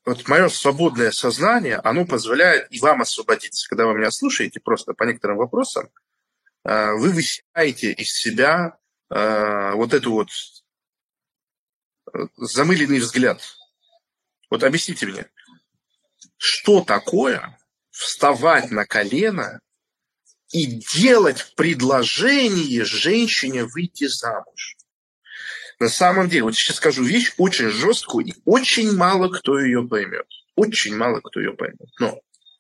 вот мое свободное сознание, оно позволяет и вам освободиться. Когда вы меня слушаете, просто по некоторым вопросам, вы высекаете из себя вот эту вот замыленный взгляд. Вот объясните мне, что такое вставать на колено и делать предложение женщине выйти замуж? На самом деле, вот сейчас скажу вещь очень жесткую, и очень мало кто ее поймет. Очень мало кто ее поймет. Но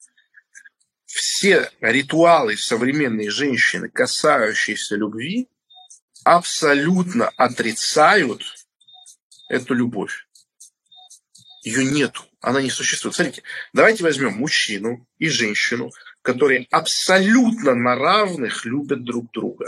все ритуалы современной женщины, касающиеся любви, абсолютно отрицают эту любовь. Ее нету, она не существует. Смотрите, давайте возьмем мужчину и женщину, которые абсолютно на равных любят друг друга.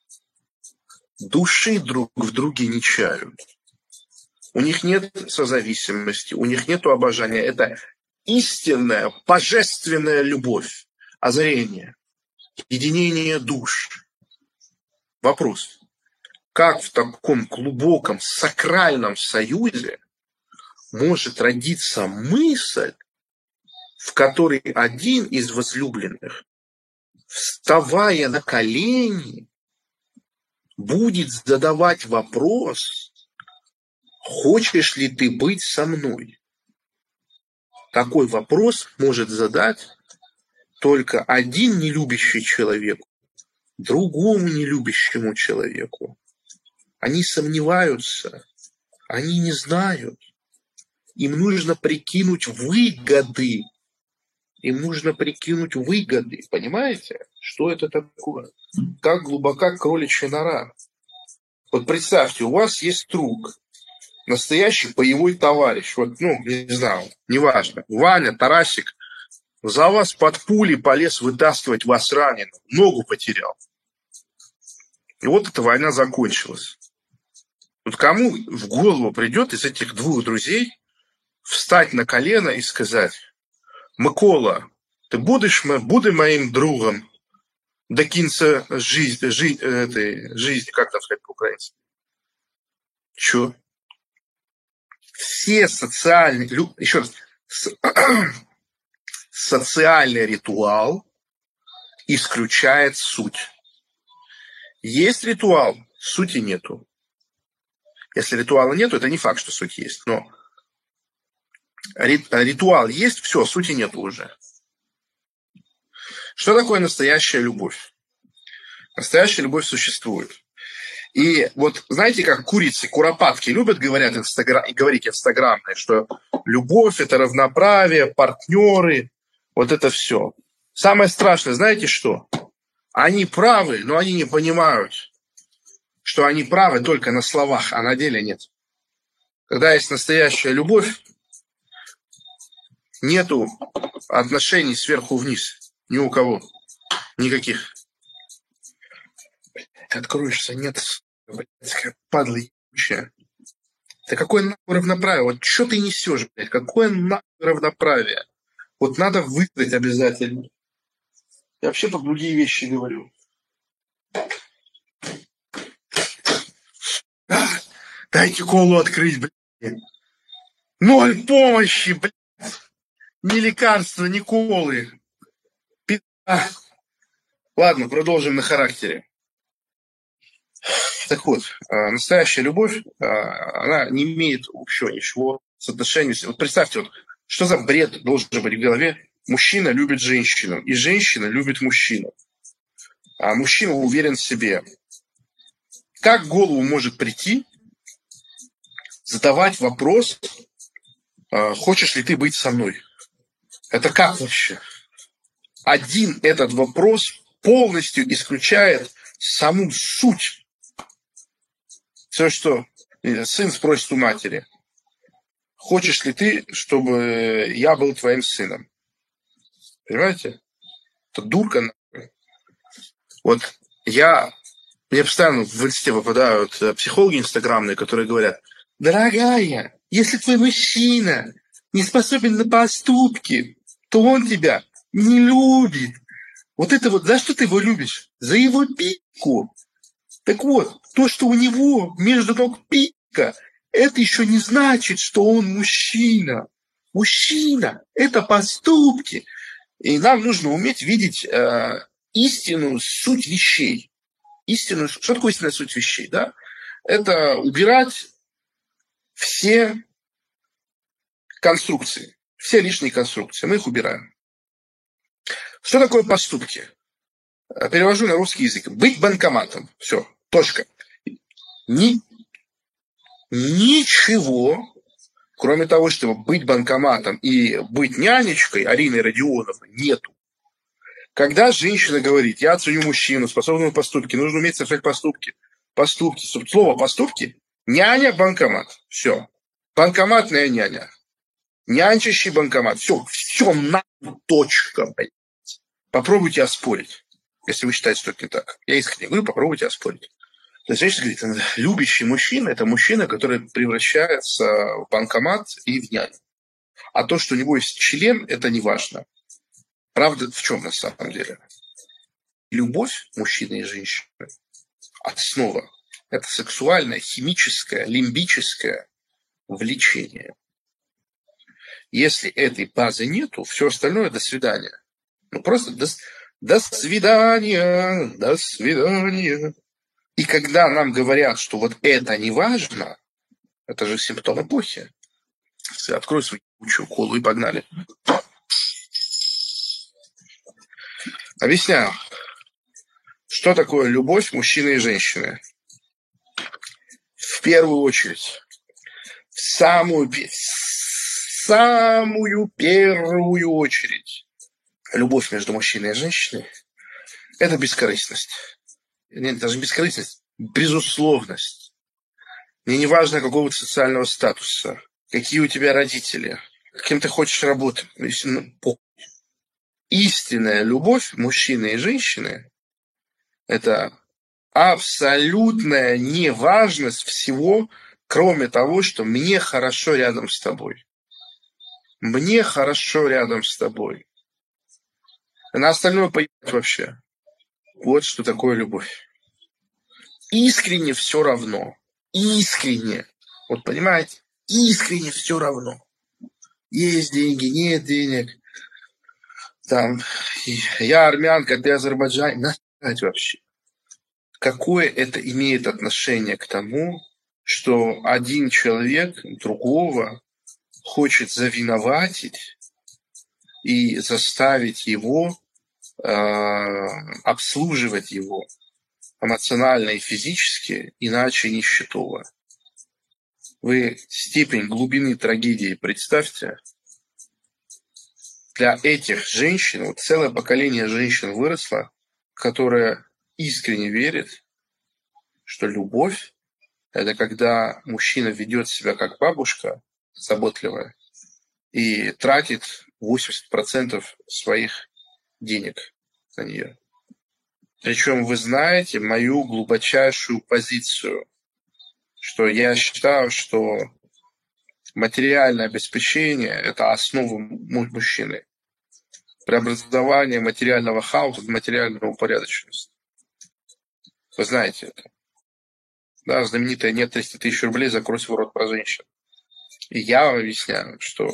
Души друг в друге не чают. У них нет созависимости, у них нет обожания. Это истинная, божественная любовь, озарение, единение душ. Вопрос. Как в таком глубоком сакральном союзе может родиться мысль, в которой один из возлюбленных, вставая на колени, будет задавать вопрос: «Хочешь ли ты быть со мной?» Такой вопрос может задать только один нелюбящий человек другому нелюбящему человеку. Они сомневаются, они не знают. Им нужно прикинуть выгоды. Им нужно прикинуть выгоды. Понимаете, что это такое? Как глубока кроличья нора. Вот представьте, у вас есть друг, настоящий боевой товарищ. Вот, не знаю, неважно. Ваня, Тарасик, за вас под пули полез вытаскивать вас раненого. Ногу потерял. И вот эта война закончилась. Вот кому в голову придет из этих двух друзей встать на колено и сказать: «Микола, ты будешь моим другом до конца этой жизни», как там сказать по-украински? Чё? Все социальные... Еще раз. Социальный ритуал исключает суть. Есть ритуал, сути нету. Если ритуала нету, это не факт, что суть есть. Но ритуал есть, все, сути нету уже. Что такое настоящая любовь? Настоящая любовь существует. И вот знаете, как курицы, куропатки любят говорить инстаграмные, что любовь – это равноправие, партнеры, вот это все. Самое страшное, знаете что? Они правы, но они не понимают, что они правы только на словах, а на деле нет. Когда есть настоящая любовь, нету отношений сверху вниз. Ни у кого. Никаких. Ты откроешься, нет. Блядь, падла ебучая. Да какое нахуй равноправие? Вот что ты несешь, блядь? Какое нахуй равноправие? Вот надо выиграть обязательно. Я вообще по другие вещи говорю. Дайте колу открыть, блядь. 0 помощи, блядь. Ни лекарства, ни колы. Ладно, продолжим на характере. Так вот, настоящая любовь, она не имеет общего ничего с отношением. Вот представьте, вот, что за бред должен быть в голове? Мужчина любит женщину, и женщина любит мужчину. А мужчина уверен в себе. Как в голову может прийти задавать вопрос: хочешь ли ты быть со мной? Это как вообще? Один этот вопрос полностью исключает саму суть. Все, что сын спросит у матери: хочешь ли ты, чтобы я был твоим сыном? Понимаете? Это дурка. Вот мне постоянно в инсте попадают психологи инстаграмные, которые говорят: дорогая, если твой мужчина не способен на поступки, то он тебя не любит. Вот это вот, за что ты его любишь? За его пику. Так вот, то, что у него между ног пика, это еще не значит, что он мужчина. Мужчина – это поступки. И нам нужно уметь видеть истинную суть вещей. Что такое истинная суть вещей? Да? Это убирать все конструкции, все лишние конструкции. Мы их убираем. Что такое поступки? Перевожу на русский язык. Быть банкоматом. Все. Точка. Ничего, кроме того, чтобы быть банкоматом и быть нянечкой Арины Родионовны, нету. Когда женщина говорит, я ценю мужчину, способного на поступки, нужно уметь совершать поступки. Поступки. Слово поступки. Няня, банкомат. Все. Банкоматная няня. Нянчащий банкомат. Все точка. Попробуйте оспорить, если вы считаете, что это не так. Я искренне говорю, попробуйте оспорить. То есть женщина говорит, любящий мужчина – это мужчина, который превращается в банкомат и в няню. А то, что у него есть член, это не важно. Правда в чем на самом деле? Любовь мужчины и женщины – основа. Это сексуальное, химическое, лимбическое влечение. Если этой базы нету, все остальное – до свидания. Просто до свидания, до свидания. И когда нам говорят, что вот это не важно, это же симптом эпохи. Открой свою кучу колу и погнали. Объясняю, что такое любовь мужчины и женщины. В первую очередь, в самую первую очередь, любовь между мужчиной и женщиной – это бескорыстность. Нет, даже бескорыстность, безусловность. Мне не важно, какого ты социального статуса, какие у тебя родители, кем ты хочешь работать. Истинная любовь мужчины и женщины – это абсолютная неважность всего, кроме того, что мне хорошо рядом с тобой. Мне хорошо рядом с тобой. А на остальное поебать вообще. Вот что такое любовь. Искренне все равно. Искренне. Вот понимаете? Искренне все равно. Есть деньги, нет денег. Там, я армянка, ты азербайджанец. Нафиг вообще. Какое это имеет отношение к тому, что один человек другого хочет завиноватить и заставить его обслуживать его эмоционально и физически, иначе нищетово. Вы степень глубины трагедии представьте. Для этих женщин, вот целое поколение женщин выросло, которое искренне верит, что любовь – это когда мужчина ведет себя как бабушка, заботливая, и тратит 80% своих денег на нее. Причем вы знаете мою глубочайшую позицию, что я считаю, что материальное обеспечение – это основа мужчины. Преобразование материального хаоса в материальную упорядоченность. Вы знаете это. Да, знаменитое «нет 300 тысяч рублей, закрой свой рот про женщин». И я вам объясняю, что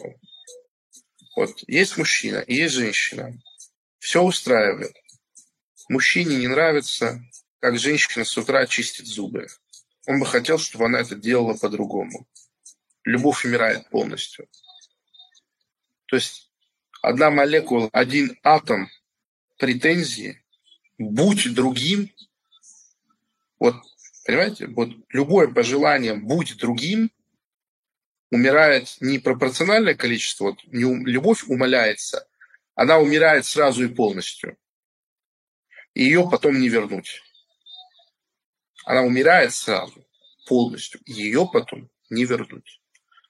вот есть мужчина и есть женщина. Все устраивает. Мужчине не нравится, как женщина с утра чистит зубы. Он бы хотел, чтобы она это делала по-другому. Любовь умирает полностью. То есть одна молекула, один атом претензии, будь другим, вот, понимаете, вот любое пожелание «будь другим» умирает не пропорциональное количество, вот, любовь умаляется, она умирает сразу и полностью. И ее потом не вернуть. Она умирает сразу, полностью, и ее потом не вернуть.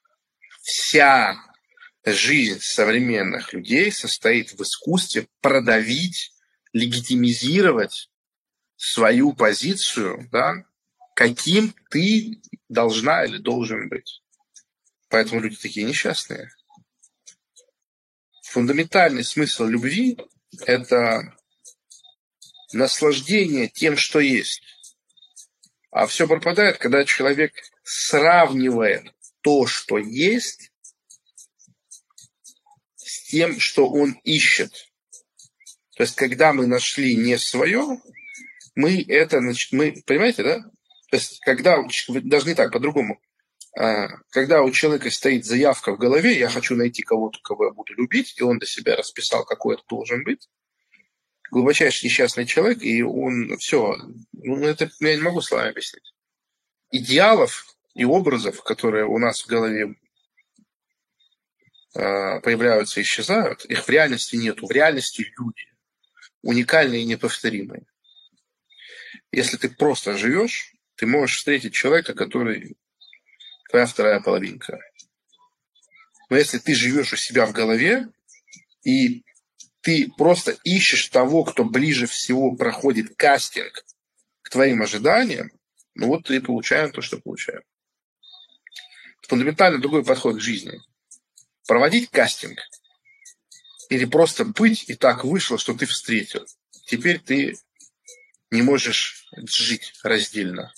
Вся жизнь современных людей состоит в искусстве продавить, легитимизировать свою позицию, да, каким ты должна или должен быть. Поэтому люди такие несчастные. Фундаментальный смысл любви – это наслаждение тем, что есть. А все пропадает, когда человек сравнивает то, что есть, тем, что он ищет. То есть, когда мы нашли не свое, мы это, мы, понимаете, да? То есть, когда, даже не так, по-другому. Когда у человека стоит заявка в голове, я хочу найти кого-то, кого я буду любить, и он для себя расписал, какой это должен быть, глубочайший несчастный человек, и он все, ну, это я не могу словами объяснить. Идеалов и образов, которые у нас в голове появляются и исчезают, их в реальности нету. В реальности люди уникальные и неповторимые. Если ты просто живешь, ты можешь встретить человека, который твоя вторая половинка. Но если ты живешь у себя в голове, и ты просто ищешь того, кто ближе всего проходит кастинг к твоим ожиданиям, ну вот и получаем то, что получаем. Фундаментально другой подход к жизни. Проводить кастинг или просто быть, и так вышло, что ты встретил. Теперь ты не можешь жить раздельно.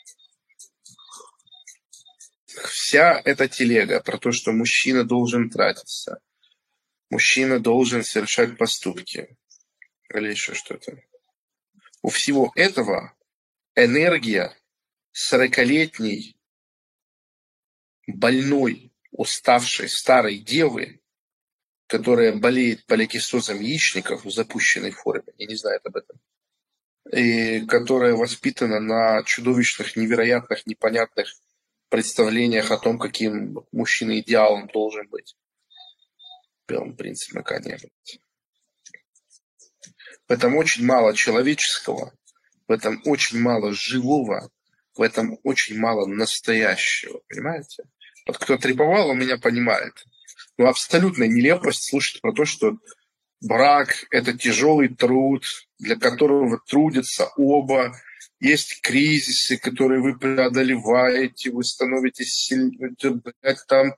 Вся эта телега про то, что мужчина должен тратиться, мужчина должен совершать поступки или еще что-то. У всего этого энергия 40-летней, больной, уставшей старой девы, которая болеет поликистозом яичников в запущенной форме, и не знает об этом, и которая воспитана на чудовищных, невероятных, непонятных представлениях о том, каким мужчина идеалом должен быть. Белым принцем на коне. В этом очень мало человеческого, в этом очень мало живого, в этом очень мало настоящего, понимаете? Вот кто треповал, он меня понимает. Ну, абсолютная нелепость слушать про то, что брак – это тяжелый труд, для которого трудятся оба. Есть кризисы, которые вы преодолеваете, вы становитесь сильнее. Там.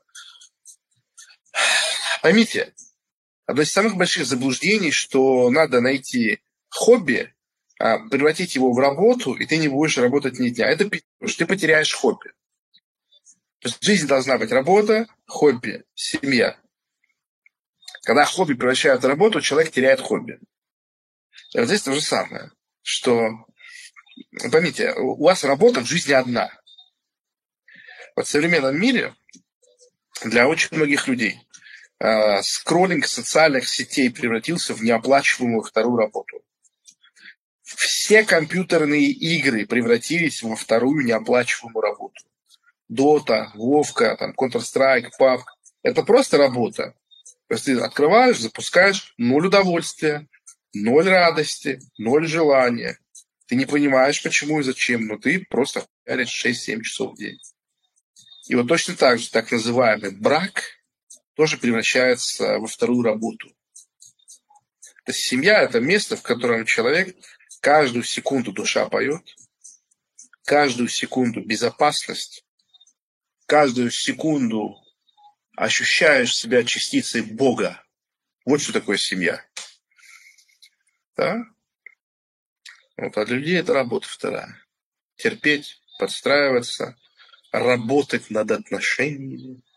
Поймите, одно из самых больших заблуждений, что надо найти хобби, превратить его в работу, и ты не будешь работать ни дня. Это потому что ты потеряешь хобби. То есть жизнь должна быть работа, хобби, семья. Когда хобби превращают в работу, человек теряет хобби. И вот здесь то же самое, что, поймите, у вас работа в жизни одна. Вот в современном мире для очень многих людей скроллинг социальных сетей превратился в неоплачиваемую вторую работу. Все компьютерные игры превратились во вторую неоплачиваемую работу. Дота, Вовка, там, Counter-Strike, PUBG. Это просто работа. То есть ты открываешь, запускаешь, 0 удовольствия, 0 радости, 0 желания. Ты не понимаешь, почему и зачем, но ты просто хуяришь 6-7 часов в день. И вот точно так же так называемый брак тоже превращается во вторую работу. То есть семья – это место, в котором человек каждую секунду душа поет, каждую секунду безопасность, каждую секунду ощущаешь себя частицей Бога. Вот что такое семья. Да? Вот, а для людей это работа вторая. Терпеть, подстраиваться, работать над отношениями.